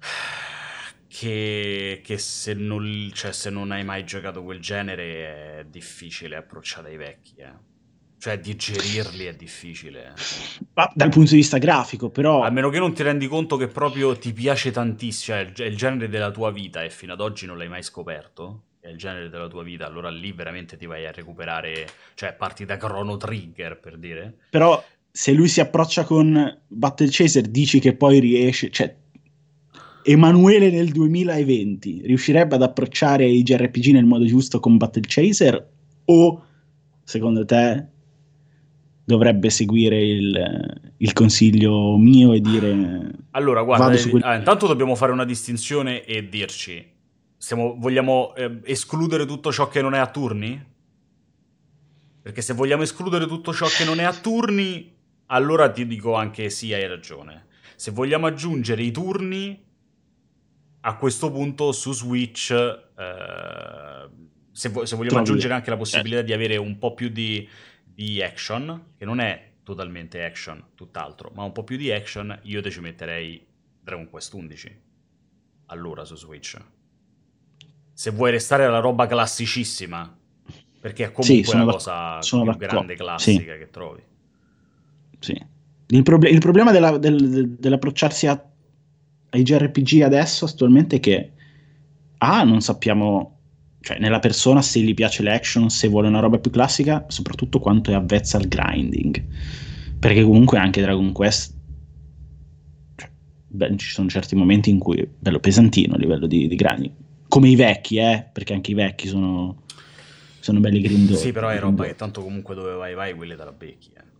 Che, che se, non, cioè, se non hai mai giocato quel genere è difficile approcciare ai vecchi, eh. Cioè digerirli è difficile. Ma dal punto di vista grafico, però... A meno che non ti rendi conto che proprio ti piace tantissimo, cioè è il genere della tua vita e fino ad oggi non l'hai mai scoperto, è il genere della tua vita, allora lì veramente ti vai a recuperare, cioè parti da Chrono Trigger per dire. Però se lui si approccia con Battle Chaser, dici che poi riesce, cioè Emanuele nel duemilaventi riuscirebbe ad approcciare i J R P G nel modo giusto con Battle Chaser o secondo te dovrebbe seguire il, il consiglio mio e dire allora guarda, vado su quel... ah, intanto dobbiamo fare una distinzione e dirci, stiamo, vogliamo eh, escludere tutto ciò che non è a turni? Perché se vogliamo escludere tutto ciò che non è a turni, allora ti dico anche sì, hai ragione. Se vogliamo aggiungere i turni, a questo punto su Switch, eh, se, vo- se vogliamo trovi... aggiungere anche la eh, possibilità di avere un po' più di, di action, che non è totalmente action, tutt'altro, ma un po' più di action, io te ci metterei Dragon Quest undici. Allora su Switch. Se vuoi restare alla roba classicissima, perché è sì, comunque sono, la d'ac- cosa sono più d'accordo. grande Sì, classica che trovi. sì. Il, proble- il problema della- del- del- dell'approcciarsi a- ai J R P G adesso attualmente è che A, non sappiamo, cioè nella persona se gli piace l'action, se vuole una roba più classica, soprattutto quanto è avvezza al grinding. Perché comunque anche Dragon Quest, cioè, beh, ci sono certi momenti in cui è bello pesantino a livello di, di grinding. Come i vecchi, eh, perché anche i vecchi sono, sono belli Sì, grindoni. però è roba che grindoni. tanto comunque dove vai vai, quelle te la becchi. Eh.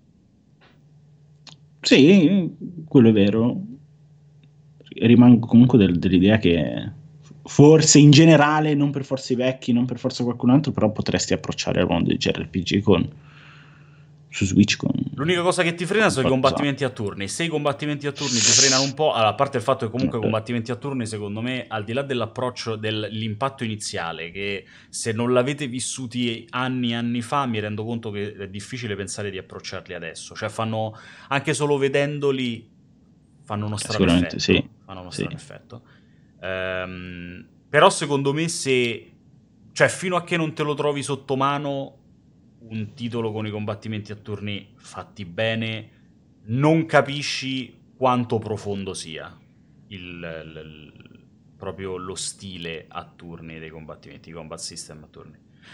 Sì, quello è vero. Rimango comunque del- dell'idea che forse in generale, non per forza i vecchi, non per forza qualcun altro, però potresti approcciare al mondo dei J R P G con, su Switch con, L'unica cosa che ti frena con sono i qualcosa. combattimenti a turni. Se i combattimenti a turni ti frenano un po', allora, a parte il fatto che comunque i Eh, combattimenti a turni, secondo me, al di là dell'approccio, dell'impatto iniziale, che se non l'avete vissuti anni e anni fa, mi rendo conto che è difficile pensare di approcciarli adesso. Cioè, fanno, anche solo vedendoli, fanno uno strano Sicuramente sì, effetto. Fanno uno sì. strano effetto. Ehm, però secondo me se... Cioè, fino a che non te lo trovi sotto mano un titolo con i combattimenti a turni fatti bene, non capisci quanto profondo sia il, il- il- proprio lo stile a turni dei combattimenti, i combat system a turni.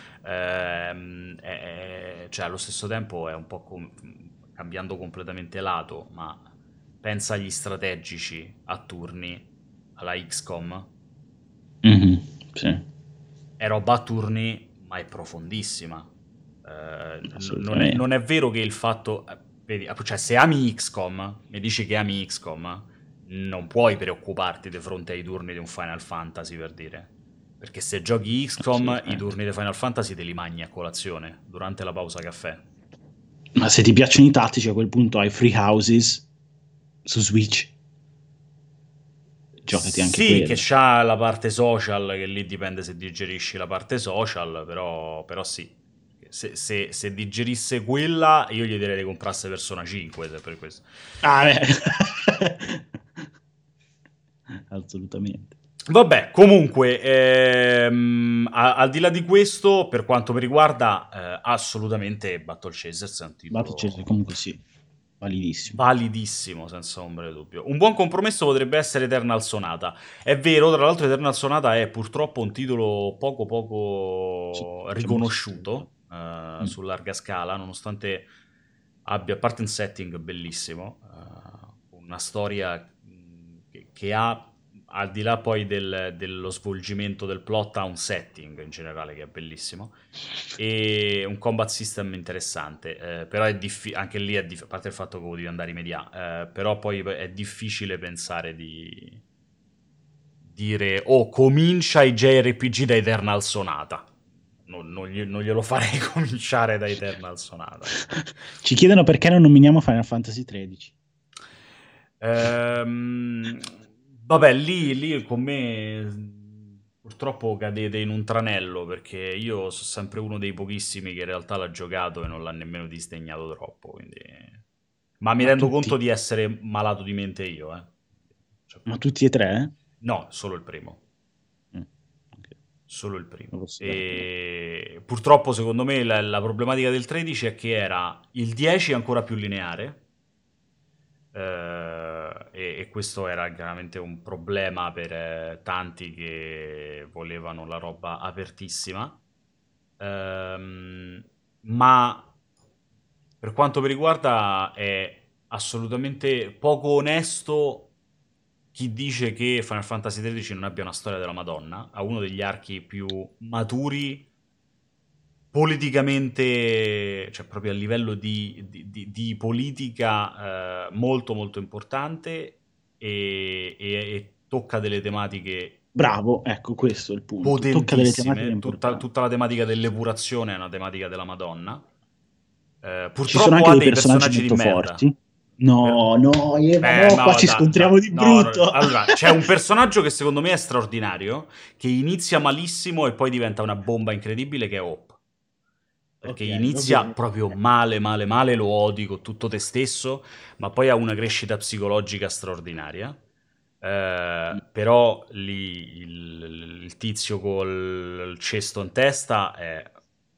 Ehm, è- è- cioè, allo stesso tempo è un po' com- cambiando completamente lato, ma pensa agli strategici a turni, alla X COM, Mhm, sì, è roba a turni, ma è profondissima. Eh, n- non, è, non assolutamente. è vero che il fatto... eh, vedi, cioè, se ami X COM, mi dici che ami X COM, non puoi preoccuparti di fronte ai turni di un Final Fantasy, per dire. Perché se giochi X COM, i Assolutamente. turni di Final Fantasy te li mangi a colazione, durante la pausa caffè. Ma se ti piacciono i tattici, a quel punto hai Free Houses su Switch. Giocati anche Sì, che quello. c'ha la parte social, che lì dipende se digerisci la parte social, però, però sì. Se, se- se digerisse quella, io gli direi di comprarsi Persona cinque, se per questo. Ah, beh. Assolutamente. Vabbè, comunque, ehm, a- al di là di questo, per quanto mi riguarda, eh, assolutamente Battle Chasers è un Battle Chess titolo comunque sì, validissimo. validissimo, senza ombra di dubbio. Un buon compromesso potrebbe essere Eternal Sonata. È vero, tra l'altro Eternal Sonata è purtroppo un titolo poco Sì, poco c'è un po' sconosciuto. riconosciuto eh, Mm. su larga scala, nonostante abbia, a parte un setting bellissimo, eh, una storia mh, che, che ha, al di là poi del- dello svolgimento del plot, ha un setting in generale che è bellissimo e un combat system interessante, eh, però è diffi- anche lì è dif- a parte il fatto che devi andare in media, eh, però poi è difficile pensare di dire oh comincia i J R P G da Eternal Sonata. Non, non gli- non glielo farei cominciare da Eternal Sonata. Ci chiedono perché non nominiamo Final Fantasy tredici. Ehm, vabbè, lì, lì con me Purtroppo cadete in un tranello perché io sono sempre uno dei pochissimi che in realtà l'ha giocato e non l'ha nemmeno disdegnato troppo, quindi... Ma mi Ma rendo conto tutti? di essere malato di mente io, eh. Cioè, Ma tutti e tre? no, solo il primo. Mm, ok. Solo il Non primo. posso darne. E purtroppo, secondo me, la, la problematica del tredici è che era il dieci ancora più lineare. eh, e, e questo era chiaramente un problema per eh, tanti che volevano la roba apertissima. Ehm, ma per quanto mi riguarda è assolutamente poco onesto chi dice che Final Fantasy tredici non abbia una storia della Madonna. Ha uno degli archi più maturi politicamente, cioè proprio a livello di, di- di- di politica, eh, molto molto importante e, e- e tocca delle tematiche Bravo, ecco, questo è il punto. Tocca delle tematiche potentissime. Tutta, importanti. tutta la tematica dell'epurazione è una tematica della Madonna. Eh, Ci sono purtroppo anche ha dei dei personaggi personaggi di molto merda. forti. Per- No, no, Eva, Beh, no, qua no, ci da, scontriamo da- di no, no. brutto. Allora, c'è un personaggio che secondo me è straordinario, che inizia malissimo e poi diventa una bomba incredibile, che è Hope. Perché Ok, va inizia bene. proprio male, male, male, lo odi con tutto te stesso, ma poi ha una crescita psicologica straordinaria. Eh, però lì il, il tizio col cesto in testa è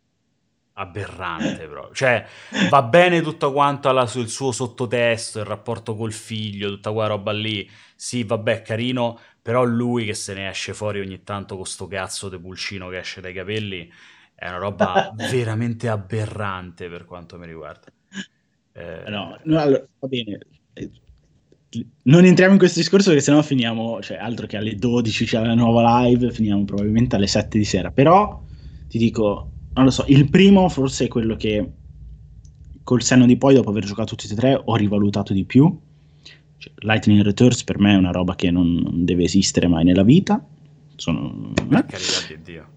aberrante proprio. Cioè, va bene tutto quanto alla, sul suo sottotesto, il rapporto col figlio, tutta quella roba lì. Sì, vabbè, carino, però lui che se ne esce fuori ogni tanto con sto cazzo di pulcino che esce dai capelli è una roba veramente aberrante per quanto mi riguarda. No, Eh, no, allora, va bene. Eh, Non entriamo in questo discorso perché sennò finiamo, cioè, altro che alle dodici c'è la nuova live, finiamo probabilmente alle sette di sera. Però ti dico, non lo so, il primo forse è quello che col senno di poi, dopo aver giocato tutti e tre, ho rivalutato di più. Cioè, Lightning Returns per me è una roba che non, non deve esistere mai nella vita. Sono, per eh. carità di Dio.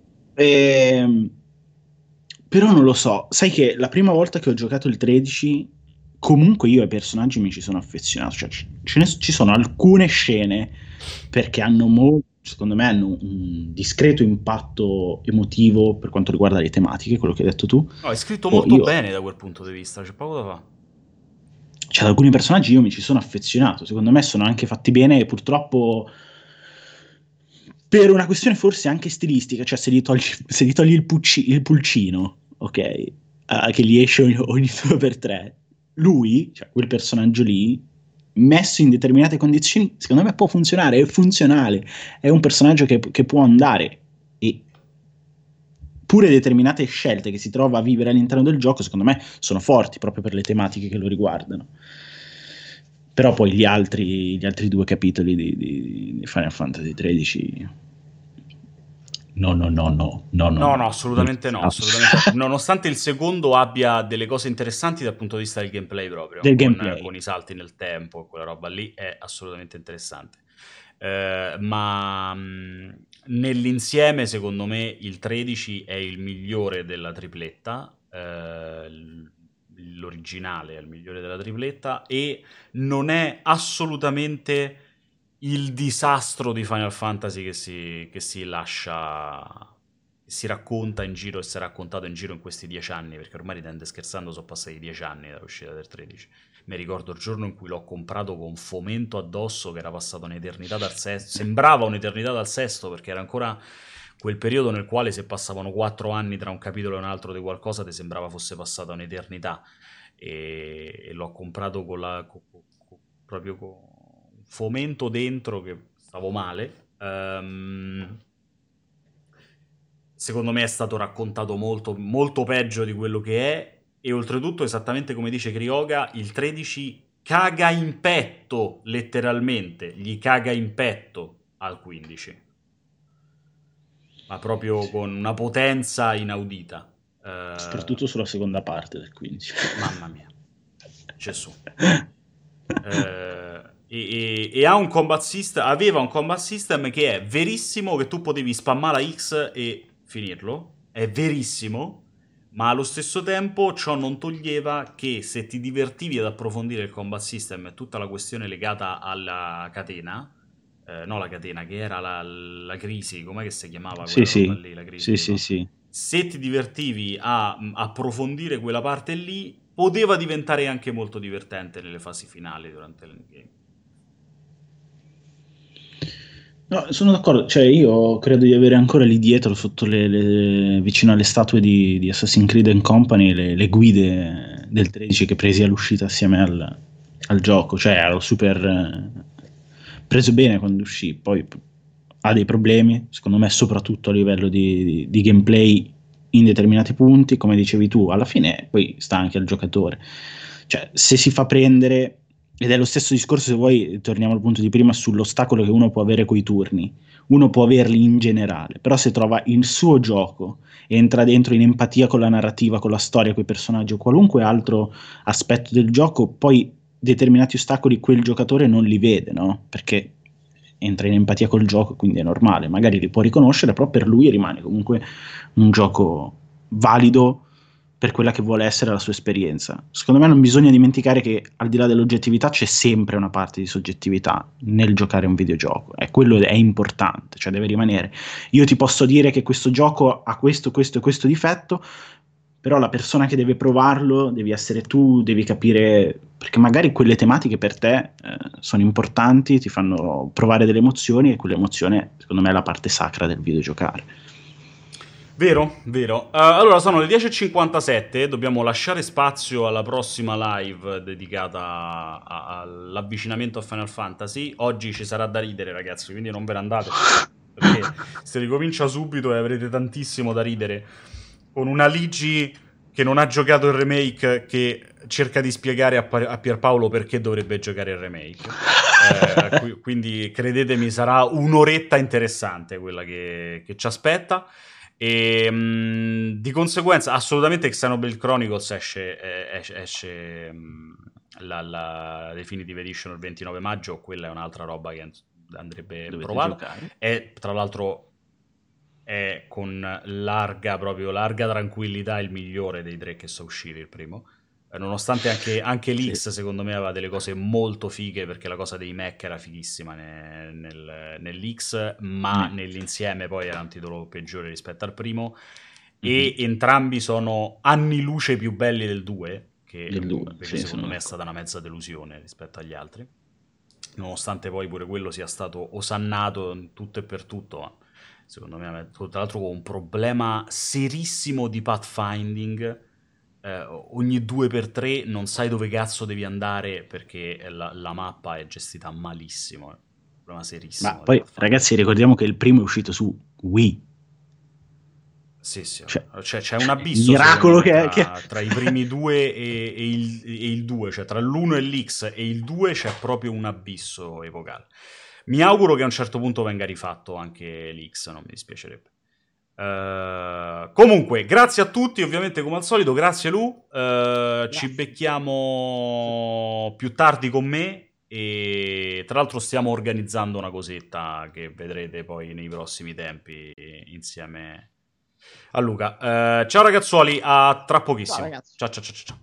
Ehm, Però non lo so, sai che la prima volta che ho giocato il tredici, comunque io ai personaggi mi ci sono affezionato, cioè c- ce ne- ci sono alcune scene perché hanno molto, secondo me hanno un discreto impatto emotivo per quanto riguarda le tematiche, quello che hai detto tu. No, è scritto Oh, molto io, bene da quel punto di vista, c'è poco da fare. cioè, ad alcuni personaggi io mi ci sono affezionato, secondo me sono anche fatti bene e purtroppo per una questione forse anche stilistica, cioè se gli togli, se gli togli il, pucci- il pulcino, ok, eh, che gli esce ogni, ogni due per tre, lui, cioè quel personaggio lì, messo in determinate condizioni, secondo me può funzionare, è funzionale, è un personaggio che, che può andare e pure determinate scelte che si trova a vivere all'interno del gioco, secondo me sono forti proprio per le tematiche che lo riguardano. Però poi gli altri, gli altri due capitoli di, di- di Final Fantasy tredici, no, no, no, no, no, no, No, no, no, non assolutamente no, facciamo. assolutamente no. Nonostante il secondo abbia delle cose interessanti dal punto di vista del gameplay proprio, Del con, gameplay. con i salti nel tempo, quella roba lì è assolutamente interessante. Eh, ma mh, nell'insieme, secondo me, il tredici è il migliore della tripletta, eh, l- l'originale è il migliore della tripletta e non è assolutamente il disastro di Final Fantasy che si, che si lascia, che si racconta in giro e si è raccontato in giro in questi dieci anni, perché ormai ridendo e scherzando sono passati dieci anni dall'uscita del tredici. Mi ricordo il giorno in cui l'ho comprato con fomento addosso, che era passata un'eternità dal sesto, sembrava un'eternità dal sesto, perché era ancora quel periodo nel quale se passavano quattro anni tra un capitolo e un altro di qualcosa, ti sembrava fosse passata un'eternità. E, e l'ho comprato con la, co- co- co- proprio con un fomento dentro che stavo male. Ehm, secondo me è stato raccontato molto, molto peggio di quello che è e oltretutto, esattamente come dice Kryoga, il tredici caga in petto, letteralmente, gli caga in petto al quindici, ma proprio con una potenza inaudita. Eh, Soprattutto sulla seconda parte del quindici. mamma mia, Gesù. Eh, e, e- e ha un combat system, aveva un combat system che è verissimo, che tu potevi spammare la X e finirlo, è verissimo, ma allo stesso tempo ciò non toglieva che se ti divertivi ad approfondire il combat system e tutta la questione legata alla catena, eh, no la catena, che era la, la crisi, com'è che si chiamava Sì, quella roba sì, lì, la crisi sì, tipo. sì, sì. Se ti divertivi a mh, approfondire quella parte lì, poteva diventare anche molto divertente nelle fasi finali durante l'endgame. No, sono d'accordo, cioè io credo di avere ancora lì dietro, sotto le, le- vicino alle statue di, di Assassin's Creed and Company, le, le guide del tredici che presi all'uscita assieme al, al gioco, cioè ero super eh, preso bene quando uscì, poi p- ha dei problemi, secondo me soprattutto a livello di, di- di gameplay in determinati punti, come dicevi tu, alla fine poi sta anche al giocatore, cioè se si fa prendere ed è lo stesso discorso, se vuoi, torniamo al punto di prima, sull'ostacolo che uno può avere coi turni. Uno può averli in generale, però se trova il suo gioco, entra dentro in empatia con la narrativa, con la storia, con i personaggi o qualunque altro aspetto del gioco, poi determinati ostacoli quel giocatore non li vede, no? Perché entra in empatia col gioco, quindi è normale, magari li può riconoscere, però per lui rimane comunque un gioco valido per quella che vuole essere la sua esperienza. Secondo me non bisogna dimenticare che al di là dell'oggettività c'è sempre una parte di soggettività nel giocare un videogioco e quello è importante, cioè deve rimanere. Io ti posso dire che questo gioco ha questo, questo e questo difetto, però la persona che deve provarlo devi essere tu, devi capire, perché magari quelle tematiche per te eh, sono importanti, ti fanno provare delle emozioni e quell'emozione secondo me è la parte sacra del videogiocare. Vero, vero. Uh, allora sono le dieci e cinquantasette, dobbiamo lasciare spazio alla prossima live dedicata a- a- all'avvicinamento a Final Fantasy. Oggi ci sarà da ridere, ragazzi, quindi non ve ne andate, perché se ricomincia subito e avrete tantissimo da ridere con una Ligi che non ha giocato il remake, che cerca di spiegare a, Pa- a Pierpaolo perché dovrebbe giocare il remake. Eh, qui- quindi credetemi, sarà un'oretta interessante quella che, che ci aspetta. E mh, di conseguenza, assolutamente Xenoblade Chronicles esce, eh, esce, esce, mh, la, la Definitive Edition il ventinove maggio. Quella è un'altra roba che andrebbe Dovete provata. giocare. E tra l'altro è con larga, proprio larga tranquillità il migliore dei tre che sa uscire, il primo. Eh, Nonostante anche, anche Sì. l'X, secondo me, aveva delle cose molto fighe, perché la cosa dei mech era fighissima ne- nel- nell'X, ma Mm. nell'insieme poi era un titolo peggiore rispetto al primo. E Mhm. entrambi sono anni luce più belli del due, che Del due, invece sì, secondo sono me è stata d'accordo. una mezza delusione rispetto agli altri. Nonostante poi pure quello sia stato osannato in tutto e per tutto, ma secondo me, tra l'altro, con un problema serissimo di pathfinding. Eh, ogni due per tre non sai dove cazzo devi andare perché la, la mappa è gestita malissimo. È un problema Ma serissimo di poi, pathfinding. ragazzi, ricordiamo che il primo è uscito su Wii. Sì, sì, Cioè, c'è, c'è un il abisso secondo miracolo me che, che... tra, tra i primi due e, e il, e il due, cioè tra l'uno e l'X e il due c'è proprio un abisso epocale. Mi auguro che a un certo punto venga rifatto anche l'X, non mi dispiacerebbe. Uh, comunque, grazie a tutti, ovviamente come al solito, grazie Lu, uh, ci Grazie. becchiamo più tardi con me e tra l'altro stiamo organizzando una cosetta che vedrete poi nei prossimi tempi insieme a Luca. Uh, ciao ragazzuoli, a tra Ciao pochissimo. ragazzi. Ciao ciao ciao ciao.